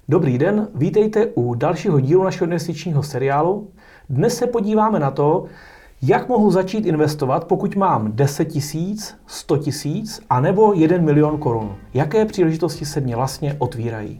Dobrý den, vítejte u dalšího dílu našeho investičního seriálu. Dnes se podíváme na to, jak mohu začít investovat, pokud mám 10 tisíc, 100 tisíc a nebo 1 milion korun. Jaké příležitosti se mě vlastně otvírají?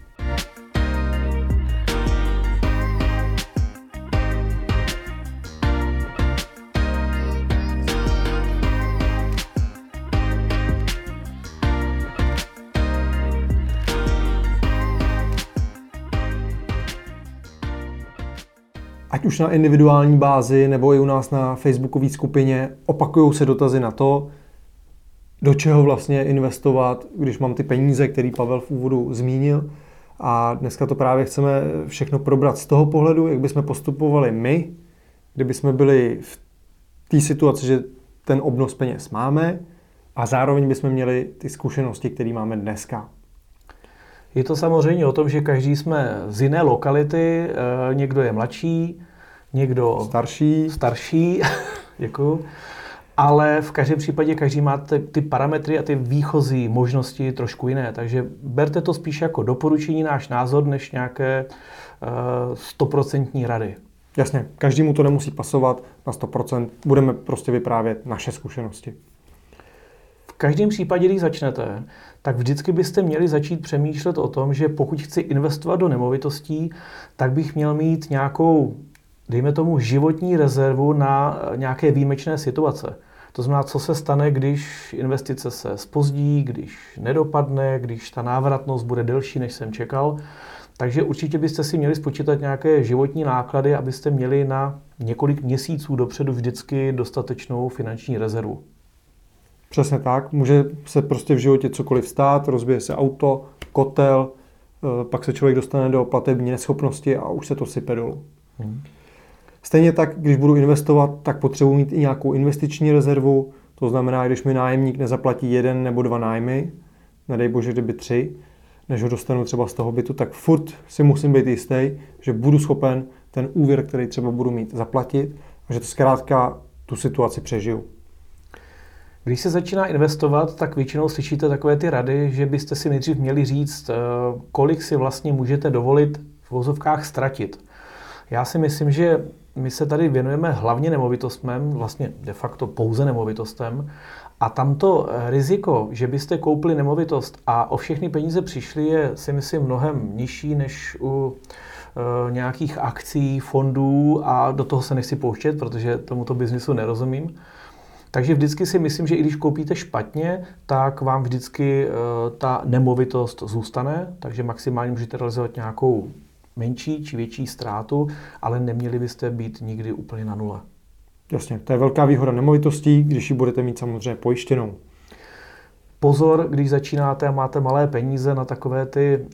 Ať už na individuální bázi nebo i u nás na facebookové skupině opakují se dotazy na to, do čeho vlastně investovat, když mám ty peníze, které Pavel v úvodu zmínil. A dneska to právě chceme všechno probrat z toho pohledu, jak bychom postupovali my, kdyby jsme byli v té situaci, že ten obnos peněz máme a zároveň bychom měli ty zkušenosti, které máme dneska. Je to samozřejmě o tom, že každý jsme z jiné lokality, někdo je mladší, někdo starší děkuju. Ale v každém případě každý má ty parametry a ty výchozí možnosti trošku jiné, takže berte to spíš jako doporučení, náš názor, než nějaké 100% rady. Jasně, každému to nemusí pasovat na 100%, budeme prostě vyprávět naše zkušenosti. V každém případě, když začnete, tak vždycky byste měli začít přemýšlet o tom, že pokud chci investovat do nemovitostí, tak bych měl mít nějakou, dejme tomu, životní rezervu na nějaké výjimečné situace. To znamená, co se stane, když investice se zpozdí, když nedopadne, když ta návratnost bude delší, než jsem čekal. Takže určitě byste si měli spočítat nějaké životní náklady, abyste měli na několik měsíců dopředu vždycky dostatečnou finanční rezervu. Přesně tak. Může se prostě v životě cokoliv stát, rozbije se auto, kotel, pak se člověk dostane do platební neschopnosti a už se to sype dolů. Stejně tak, když budu investovat, tak potřebuji mít i nějakou investiční rezervu. To znamená, když mi nájemník nezaplatí 1 nebo 2 nájmy, nedej bože, kdyby 3, než ho dostanu třeba z toho bytu, tak furt si musím být jistý, že budu schopen ten úvěr, který třeba budu mít, zaplatit a že to zkrátka tu situaci přežiju. Když se začíná investovat, tak většinou slyšíte takové ty rady, že byste si nejdřív měli říct, kolik si vlastně můžete dovolit v vozovkách ztratit. Já si myslím, že my se tady věnujeme hlavně nemovitostem, vlastně de facto pouze nemovitostem, a tamto riziko, že byste koupili nemovitost a o všechny peníze přišli, je si myslím mnohem nižší než u nějakých akcí, fondů, a do toho se nechci pouštět, protože tomuto biznisu nerozumím. Takže vždycky si myslím, že i když koupíte špatně, tak vám vždycky ta nemovitost zůstane, takže maximálně můžete realizovat nějakou menší či větší ztrátu, ale neměli byste být nikdy úplně na nule. Jasně, to je velká výhoda nemovitostí, když ji budete mít samozřejmě pojištěnou. Pozor, když začínáte a máte malé peníze na takové ty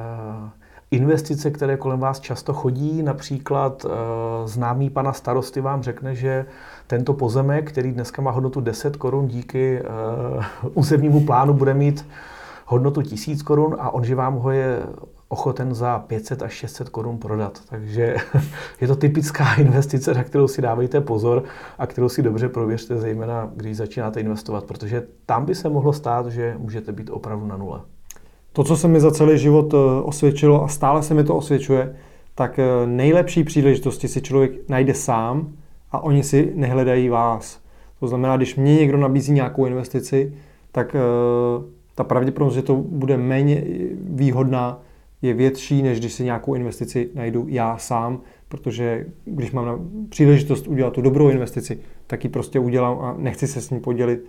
investice, které kolem vás často chodí. Například známý pana starosty vám řekne, že tento pozemek, který dneska má hodnotu 10 korun, díky územnímu plánu bude mít hodnotu 1000 korun a on, že vám ho je ochoten za 500 až 600 korun prodat. Takže je to typická investice, na kterou si dávejte pozor a kterou si dobře prověřte, zejména když začínáte investovat, protože tam by se mohlo stát, že můžete být opravdu na nule. To, co se mi za celý život osvědčilo a stále se mi to osvědčuje, tak nejlepší příležitosti si člověk najde sám a oni si nehledají vás. To znamená, když mě někdo nabízí nějakou investici, tak ta pravděpodobnost, že to bude méně výhodná, je větší, než když si nějakou investici najdu já sám, protože když mám příležitost udělat tu dobrou investici, tak ji prostě udělám a nechci se s ní podělit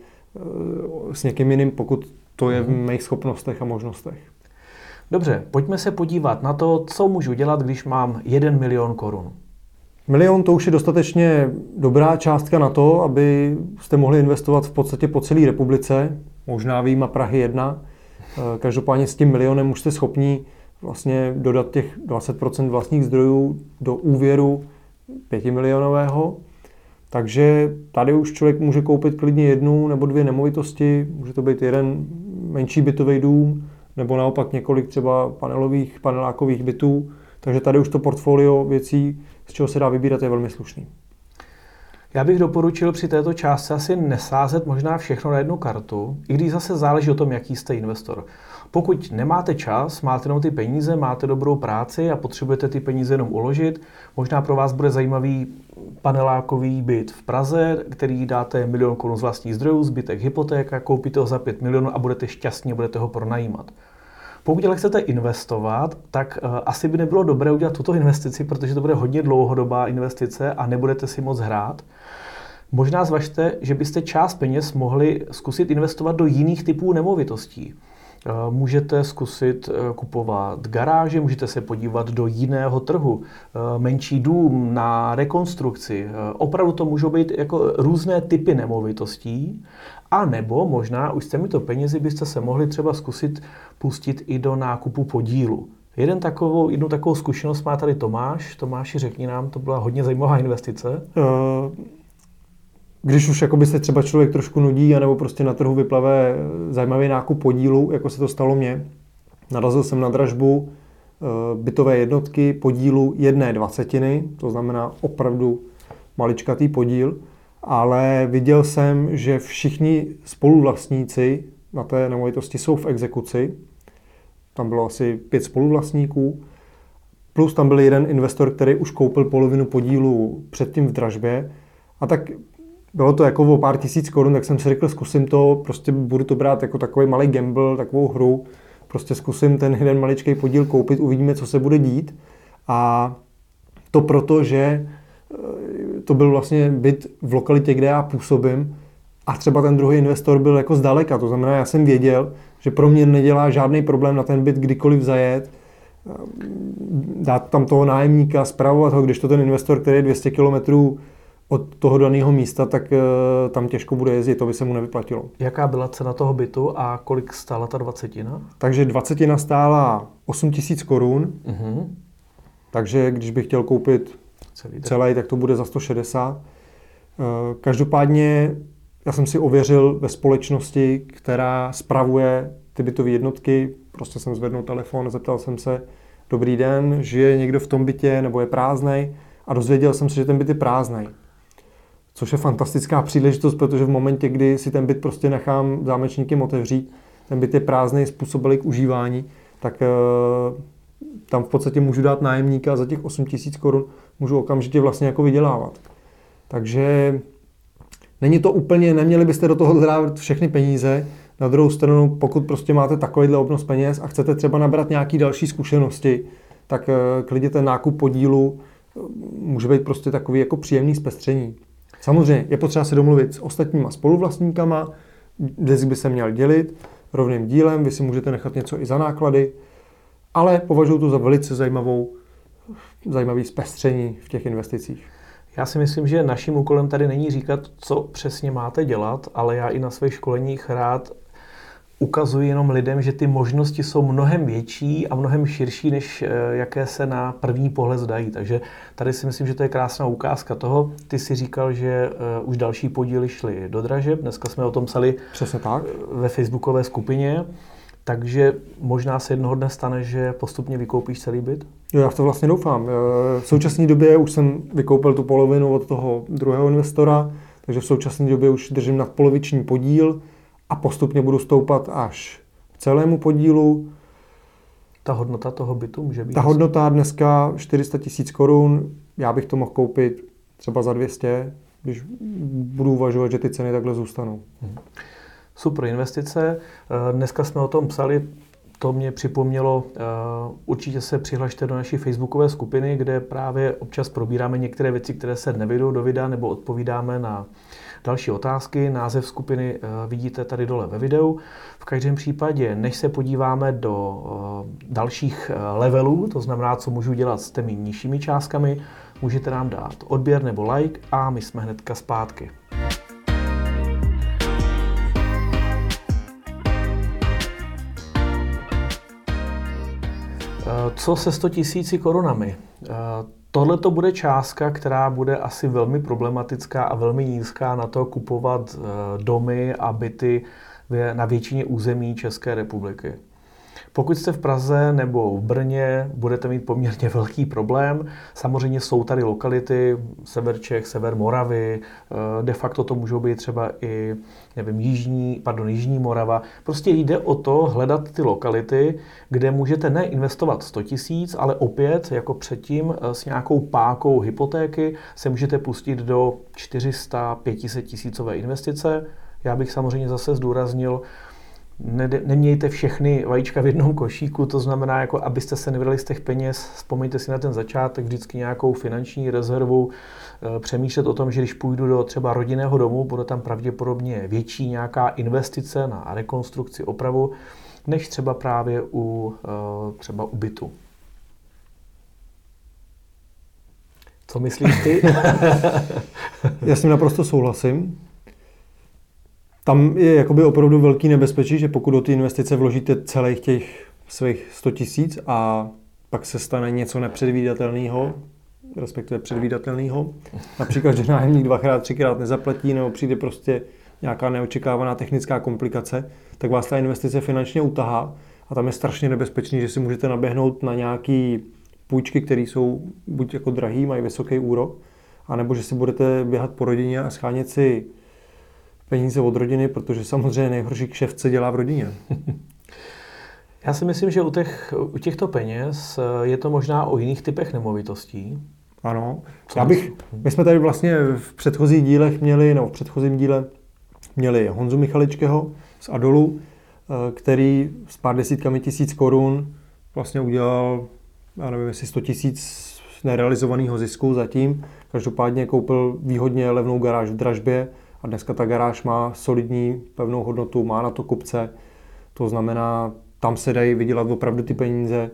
s někým jiným, pokud to je v mých schopnostech a možnostech. Dobře, pojďme se podívat na to, co můžu dělat, když mám 1 milion korun. Milion to už je dostatečně dobrá částka na to, aby jste mohli investovat v podstatě po celé republice, možná vyjma Prahy 1. Každopádně s tím milionem už jste schopni vlastně dodat těch 20% vlastních zdrojů do úvěru 5 milionového. Takže tady už člověk může koupit klidně 1 nebo 2 nemovitosti, může to být jeden menší bytový dům, nebo naopak několik třeba panelákových bytů. Takže tady už to portfolio věcí, z čeho se dá vybírat, je velmi slušný. Já bych doporučil při této částce asi nesázet možná všechno na jednu kartu, i když zase záleží o tom, jaký jste investor. Pokud nemáte čas, máte jenom ty peníze, máte dobrou práci a potřebujete ty peníze jenom uložit, možná pro vás bude zajímavý panelákový byt v Praze, který dáte 1 000 000 korun z vlastních zdrojů, zbytek hypotéka, koupíte ho za 5 milionů a budete šťastní, budete ho pronajímat. Pokud ale chcete investovat, tak asi by nebylo dobré udělat tuto investici, protože to bude hodně dlouhodobá investice a nebudete si moc hrát. Možná zvažte, že byste část peněz mohli zkusit investovat do jiných typů nemovitostí. Můžete zkusit kupovat garáže, můžete se podívat do jiného trhu, menší dům na rekonstrukci. Opravdu to můžou být jako různé typy nemovitostí. A nebo možná už s těmito penězi byste se mohli třeba zkusit pustit i do nákupu podílu. Jednu takovou zkušenost má tady Tomáš. Tomáši, řekni nám, to byla hodně zajímavá investice. Když už jakoby se třeba člověk trošku nudí, anebo prostě na trhu vyplave zajímavý nákup podílu, jako se to stalo mně, narazil jsem na dražbu bytové jednotky podílu 1/20, to znamená opravdu maličkatý podíl, ale viděl jsem, že všichni spoluvlastníci na té nemovitosti jsou v exekuci. Tam bylo asi 5 spoluvlastníků, plus tam byl jeden investor, který už koupil polovinu podílu předtím v dražbě. A tak bylo to jako o pár tisíc korun, tak jsem si řekl, zkusím to, prostě budu to brát jako takový malý gamble, takovou hru. Prostě zkusím ten jeden maličký podíl koupit, uvidíme, co se bude dít. A to proto, že to byl vlastně byt v lokalitě, kde já působím a třeba ten druhý investor byl jako zdaleka. To znamená, já jsem věděl, že pro mě nedělá žádný problém na ten byt kdykoliv zajet, dát tam toho nájemníka, spravovat ho, když to ten investor, který je 200 kilometrů od toho daného místa, tak tam těžko bude jezdit, to by se mu nevyplatilo. Jaká byla cena toho bytu a kolik stála ta 20? Takže 20 stála 8 000 korun, takže když bych chtěl koupit celý, tak to bude za 160. Každopádně já jsem si ověřil ve společnosti, která spravuje ty bytové jednotky, prostě jsem zvednul telefon, zeptal jsem se, dobrý den, žije někdo v tom bytě nebo je prázdnej, a dozvěděl jsem se, že ten byt je prázdnej. Což je fantastická příležitost, protože v momentě, kdy si ten byt prostě nechám zámečníkem otevřít, ten byt je prázdnej, způsobilý k užívání, tak tam v podstatě můžu dát nájemníka a za těch 8 000 korun můžu okamžitě vlastně jako vydělávat. Takže není to úplně, neměli byste do toho dávat všechny peníze. Na druhou stranu, pokud prostě máte takovýhle obnos peněz a chcete třeba nabrat nějaký další zkušenosti, tak klidně ten nákup podílu může být prostě takový jako příjemný zpestření. Samozřejmě je potřeba se domluvit s ostatníma spoluvlastníkama, zisk by se měl dělit rovným dílem, vy si můžete nechat něco i za náklady, ale považuji to za velice zajímavý zpestření v těch investicích. Já si myslím, že naším úkolem tady není říkat, co přesně máte dělat, ale já i na svých školeních rád ukazuji jenom lidem, že ty možnosti jsou mnohem větší a mnohem širší, než jaké se na první pohled zdají. Takže tady si myslím, že to je krásná ukázka toho. Ty si říkal, že už další podíly šly do dražeb. Dneska jsme o tom psali přesně tak ve facebookové skupině. Takže možná se jednoho dne stane, že postupně vykoupíš celý byt? Jo, já v to vlastně doufám. V současné době už jsem vykoupil tu polovinu od toho druhého investora, takže v současné době už držím nadpoloviční podíl a postupně budu stoupat až k celému podílu. Ta hodnota toho bytu může být? Ta hodnota dneska 400 000 korun, já bych to mohl koupit třeba za 200, když budu uvažovat, že ty ceny takhle zůstanou. Super investice. Dneska jsme o tom psali, to mě připomnělo, určitě se přihlašte do naší facebookové skupiny, kde právě občas probíráme některé věci, které se nevejdou do videa, nebo odpovídáme na další otázky. Název skupiny vidíte tady dole ve videu. V každém případě, než se podíváme do dalších levelů, to znamená, co můžu dělat s těmi nižšími částkami, můžete nám dát odběr nebo like a my jsme hnedka zpátky. Co se 100 000 korunami? Tohle to bude částka, která bude asi velmi problematická a velmi nízká na to kupovat domy a byty na většině území České republiky. Pokud jste v Praze nebo v Brně, budete mít poměrně velký problém. Samozřejmě jsou tady lokality, sever Čech, sever Moravy, de facto to můžou být třeba i, nevím, jižní Morava. Prostě jde o to hledat ty lokality, kde můžete neinvestovat 100 000, ale opět, jako předtím, s nějakou pákou hypotéky se můžete pustit do 400-500 tisícové investice. Já bych samozřejmě zase zdůraznil, nemějte všechny vajíčka v jednom košíku, to znamená, jako abyste se nevydali z těch peněz, vzpomeňte si na ten začátek, vždycky nějakou finanční rezervu, přemýšlet o tom, že když půjdu do třeba rodinného domu, bude tam pravděpodobně větší nějaká investice na rekonstrukci, opravu, než třeba právě třeba u bytu. Co myslíš ty? Já s tím naprosto souhlasím. Tam je jakoby opravdu velký nebezpečí, že pokud do té investice vložíte celých těch svých 100 000 a pak se stane něco nepředvídatelného, respektive předvídatelného, například, že nájemník 2x, 3x nezaplatí nebo přijde prostě nějaká neočekávaná technická komplikace, tak vás ta investice finančně utahá a tam je strašně nebezpečný, že si můžete naběhnout na nějaký půjčky, které jsou buď jako drahý, mají vysoký úrok, anebo že si budete běhat po rodině a schánět si peníze od rodiny, protože samozřejmě nejhorší kšeft se dělá v rodině. Já si myslím, že u těchto peněz je to možná o jiných typech nemovitostí. Ano. My jsme tady vlastně v předchozím díle měli Honzu Michaličkého z Adolu, který s pár desítkami tisíc korun vlastně udělal, já nevím, jestli 100 000 nerealizovaného zisku zatím. Každopádně koupil výhodně levnou garáž v Dražbě a dneska ta garáž má solidní pevnou hodnotu, má na to kupce. To znamená, tam se dají vydělat opravdu ty peníze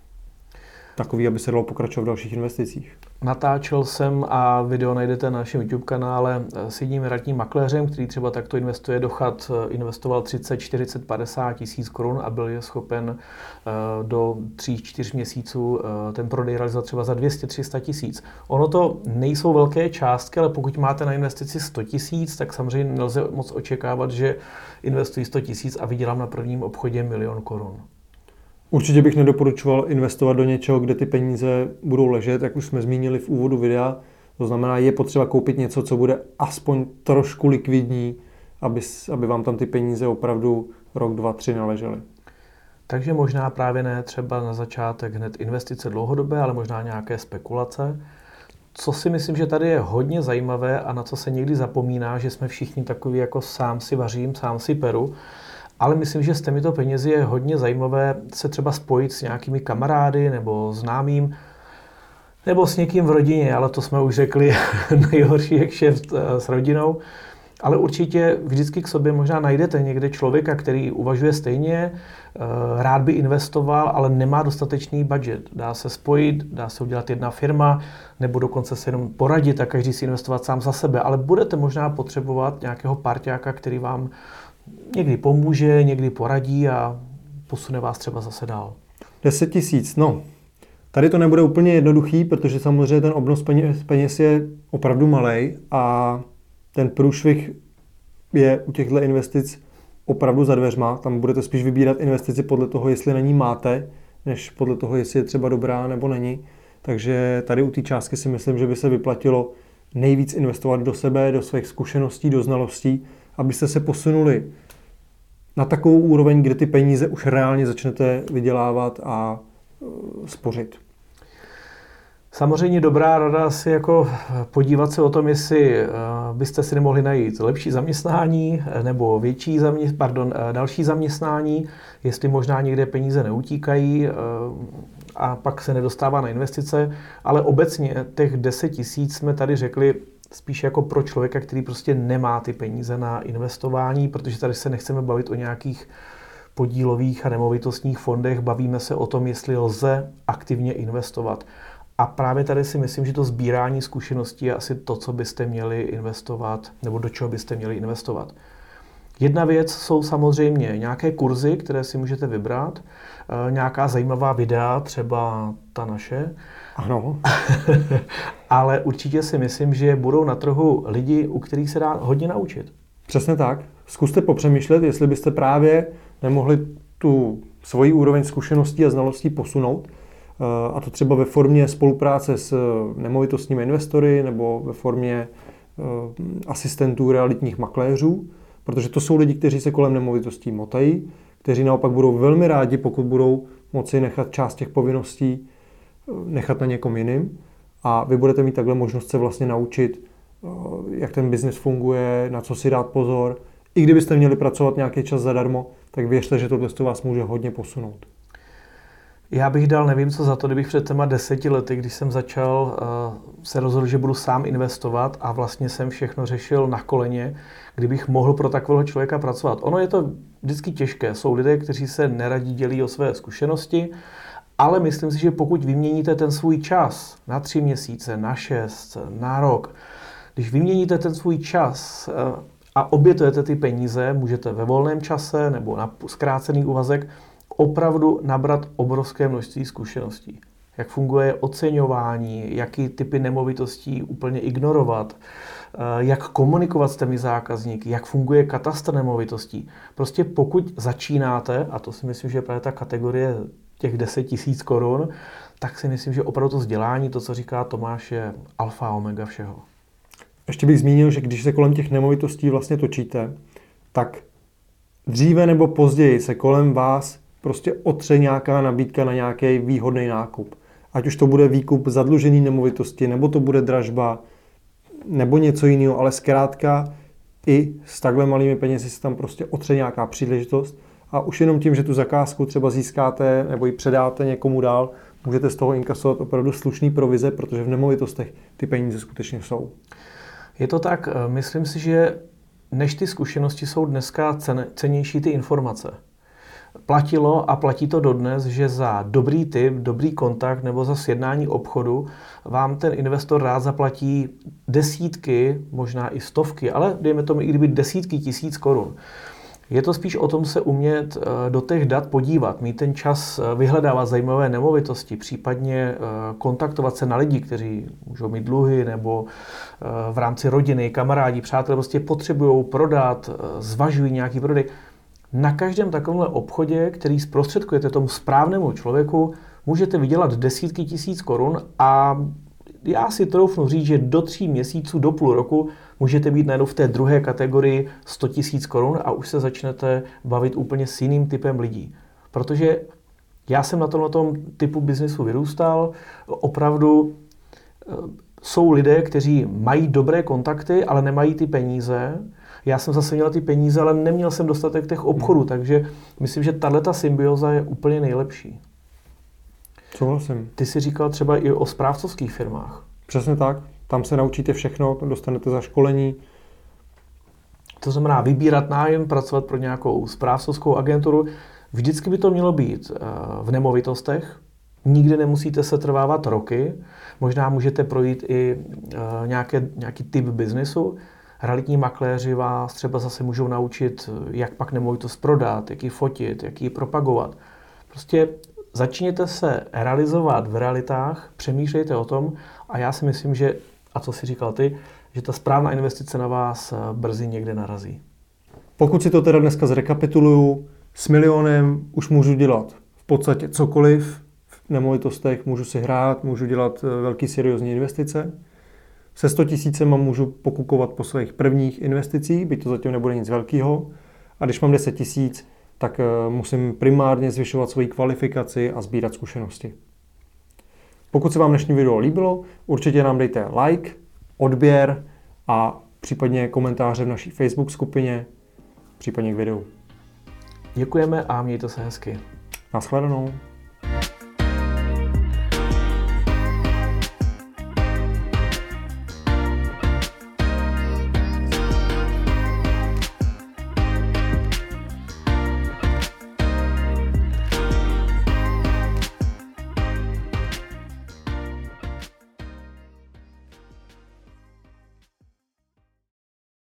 takový, aby se dalo pokračovat v dalších investicích. Natáčel jsem a video najdete na našem YouTube kanále s jedním radním makléřem, který třeba takto investuje do chat, investoval 30, 40, 50 tisíc korun a byl je schopen do 3-4 měsíců ten prodej realizovat třeba za 200-300 tisíc. Ono to nejsou velké částky, ale pokud máte na investici 100 tisíc, tak samozřejmě nelze moc očekávat, že investují 100 tisíc a vydělám na prvním obchodě 1 000 000 korun. Určitě bych nedoporučoval investovat do něčeho, kde ty peníze budou ležet, jak už jsme zmínili v úvodu videa. To znamená, je potřeba koupit něco, co bude aspoň trošku likvidní, aby vám tam ty peníze opravdu rok, 2, 3 naležely. Takže možná právě ne třeba na začátek hned investice dlouhodobé, ale možná nějaké spekulace. Co si myslím, že tady je hodně zajímavé a na co se někdy zapomíná, že jsme všichni takový jako sám si vařím, sám si peru. Ale myslím, že s těmito penězi je hodně zajímavé se třeba spojit s nějakými kamarády nebo známým, nebo s někým v rodině, ale to jsme už řekli, nejhorší je kšeft s rodinou. Ale určitě vždycky k sobě možná najdete někde člověka, který uvažuje stejně, rád by investoval, ale nemá dostatečný budget. Dá se spojit, dá se udělat jedna firma, nebo dokonce se jenom poradit a každý si investovat sám za sebe. Ale budete možná potřebovat nějakého parťáka, který vám někdy pomůže, někdy poradí a posune vás třeba zase dál. 10 000, no. Tady to nebude úplně jednoduchý, protože samozřejmě ten obnos peněz je opravdu malej a ten průšvih je u těchto investic opravdu za dveřma. Tam budete spíš vybírat investici podle toho, jestli na ní máte, než podle toho, jestli je třeba dobrá nebo není. Takže tady u té částky si myslím, že by se vyplatilo nejvíc investovat do sebe, do svých zkušeností, do znalostí, abyste se posunuli na takovou úroveň, kde ty peníze už reálně začnete vydělávat a spořit. Samozřejmě dobrá rada asi jako podívat se o tom, jestli byste si nemohli najít lepší zaměstnání nebo další zaměstnání, jestli možná někde peníze neutíkají a pak se nedostává na investice, ale obecně těch 10 000 jsme tady řekli spíš jako pro člověka, který prostě nemá ty peníze na investování, protože tady se nechceme bavit o nějakých podílových a nemovitostních fondech, bavíme se o tom, jestli lze aktivně investovat. A právě tady si myslím, že to sbírání zkušeností je asi to, co byste měli investovat, nebo do čeho byste měli investovat. Jedna věc jsou samozřejmě nějaké kurzy, které si můžete vybrat, nějaká zajímavá videa, třeba ta naše. Ano. Ale určitě si myslím, že budou na trhu lidi, u kterých se dá hodně naučit. Přesně tak. Zkuste popřemýšlet, jestli byste právě nemohli tu svoji úroveň zkušeností a znalostí posunout. A to třeba ve formě spolupráce s nemovitostními investory nebo ve formě asistentů realitních makléřů, protože to jsou lidi, kteří se kolem nemovitostí motají, kteří naopak budou velmi rádi, pokud budou moci nechat část těch povinností nechat na někom jiným. A vy budete mít takhle možnost se vlastně naučit, jak ten biznis funguje, na co si dát pozor. I kdybyste měli pracovat nějaký čas zadarmo, tak věřte, že tohle vás může hodně posunout. Já bych dal nevím co za to, kdybych před těma 10 lety, když jsem začal se rozhodl, že budu sám investovat a vlastně jsem všechno řešil na koleně, kdybych mohl pro takového člověka pracovat. Ono je to vždycky těžké. Jsou lidé, kteří se neradí dělí o své zkušenosti, ale myslím si, že pokud vyměníte ten svůj čas na 3 měsíce, na 6, na rok, když vyměníte ten svůj čas a obětujete ty peníze, můžete ve volném čase nebo na zkrácený úvazek opravdu nabrat obrovské množství zkušeností. Jak funguje oceňování, jaký typy nemovitostí úplně ignorovat, jak komunikovat s těmi zákazníky, jak funguje katastr nemovitostí. Prostě pokud začínáte, a to si myslím, že je právě ta kategorie těch 10 000 korun, tak si myslím, že opravdu to vzdělání, to, co říká Tomáš, je alfa a omega všeho. Ještě bych zmínil, že když se kolem těch nemovitostí vlastně točíte, tak dříve nebo později se kolem vás prostě otře nějaká nabídka na nějaký výhodný nákup. Ať už to bude výkup zadlužený nemovitosti, nebo to bude dražba, nebo něco jiného, ale zkrátka i s takhle malými penězi se tam prostě otře nějaká příležitost a už jenom tím, že tu zakázku třeba získáte nebo ji předáte někomu dál, můžete z toho inkasovat opravdu slušný provize, protože v nemovitostech ty peníze skutečně jsou. Je to tak, myslím si, že než ty zkušenosti jsou dneska cennější ty informace. Platilo a platí to dodnes, že za dobrý tip, dobrý kontakt nebo za sjednání obchodu vám ten investor rád zaplatí desítky, možná i stovky, ale dejme tomu i kdyby desítky tisíc korun. Je to spíš o tom se umět do těch dat podívat, mít ten čas vyhledávat zajímavé nemovitosti, případně kontaktovat se na lidi, kteří můžou mít dluhy nebo v rámci rodiny, kamarádi, přátelé prostě potřebují prodat, zvažují nějaký prodej. Na každém takovémhle obchodě, který zprostředkujete tomu správnému člověku, můžete vydělat desítky tisíc korun a já si troufnu říct, že do 3 měsíců, do půl roku můžete být najednou v té druhé kategorii 100 tisíc korun a už se začnete bavit úplně s jiným typem lidí. Protože já jsem na tomto typu biznesu vyrůstal, opravdu jsou lidé, kteří mají dobré kontakty, ale nemají ty peníze. Já jsem zase měl ty peníze, ale neměl jsem dostatek těch obchodů, takže myslím, že tato symbioza je úplně nejlepší. Souhlasím. Ty jsi říkal třeba i o správcovských firmách. Přesně tak. Tam se naučíte všechno, dostanete za školení. To znamená vybírat nájem, pracovat pro nějakou správcovskou agenturu. Vždycky by to mělo být v nemovitostech. Nikdy nemusíte se trvávat roky. Možná můžete projít i nějaký typ biznesu. Realitní makléři vás třeba zase můžou naučit, jak pak nemovitost prodat, jak ji fotit, jak ji propagovat. Prostě začněte se realizovat v realitách, přemýšlejte o tom a já si myslím, že, a co si říkal ty, že ta správná investice na vás brzy někde narazí. Pokud si to teda dneska zrekapituluju, s milionem už můžu dělat v podstatě cokoliv v nemovitostech, můžu si hrát, můžu dělat velký seriózní investice. Se 100 000 můžu pokukovat po svých prvních investicích, byť to zatím nebude nic velkého. A když mám 10 000, tak musím primárně zvyšovat svoji kvalifikaci a sbírat zkušenosti. Pokud se vám dnešní video líbilo, určitě nám dejte like, odběr a případně komentáře v naší Facebook skupině, případně k videu. Děkujeme a mějte se hezky. Naschledanou.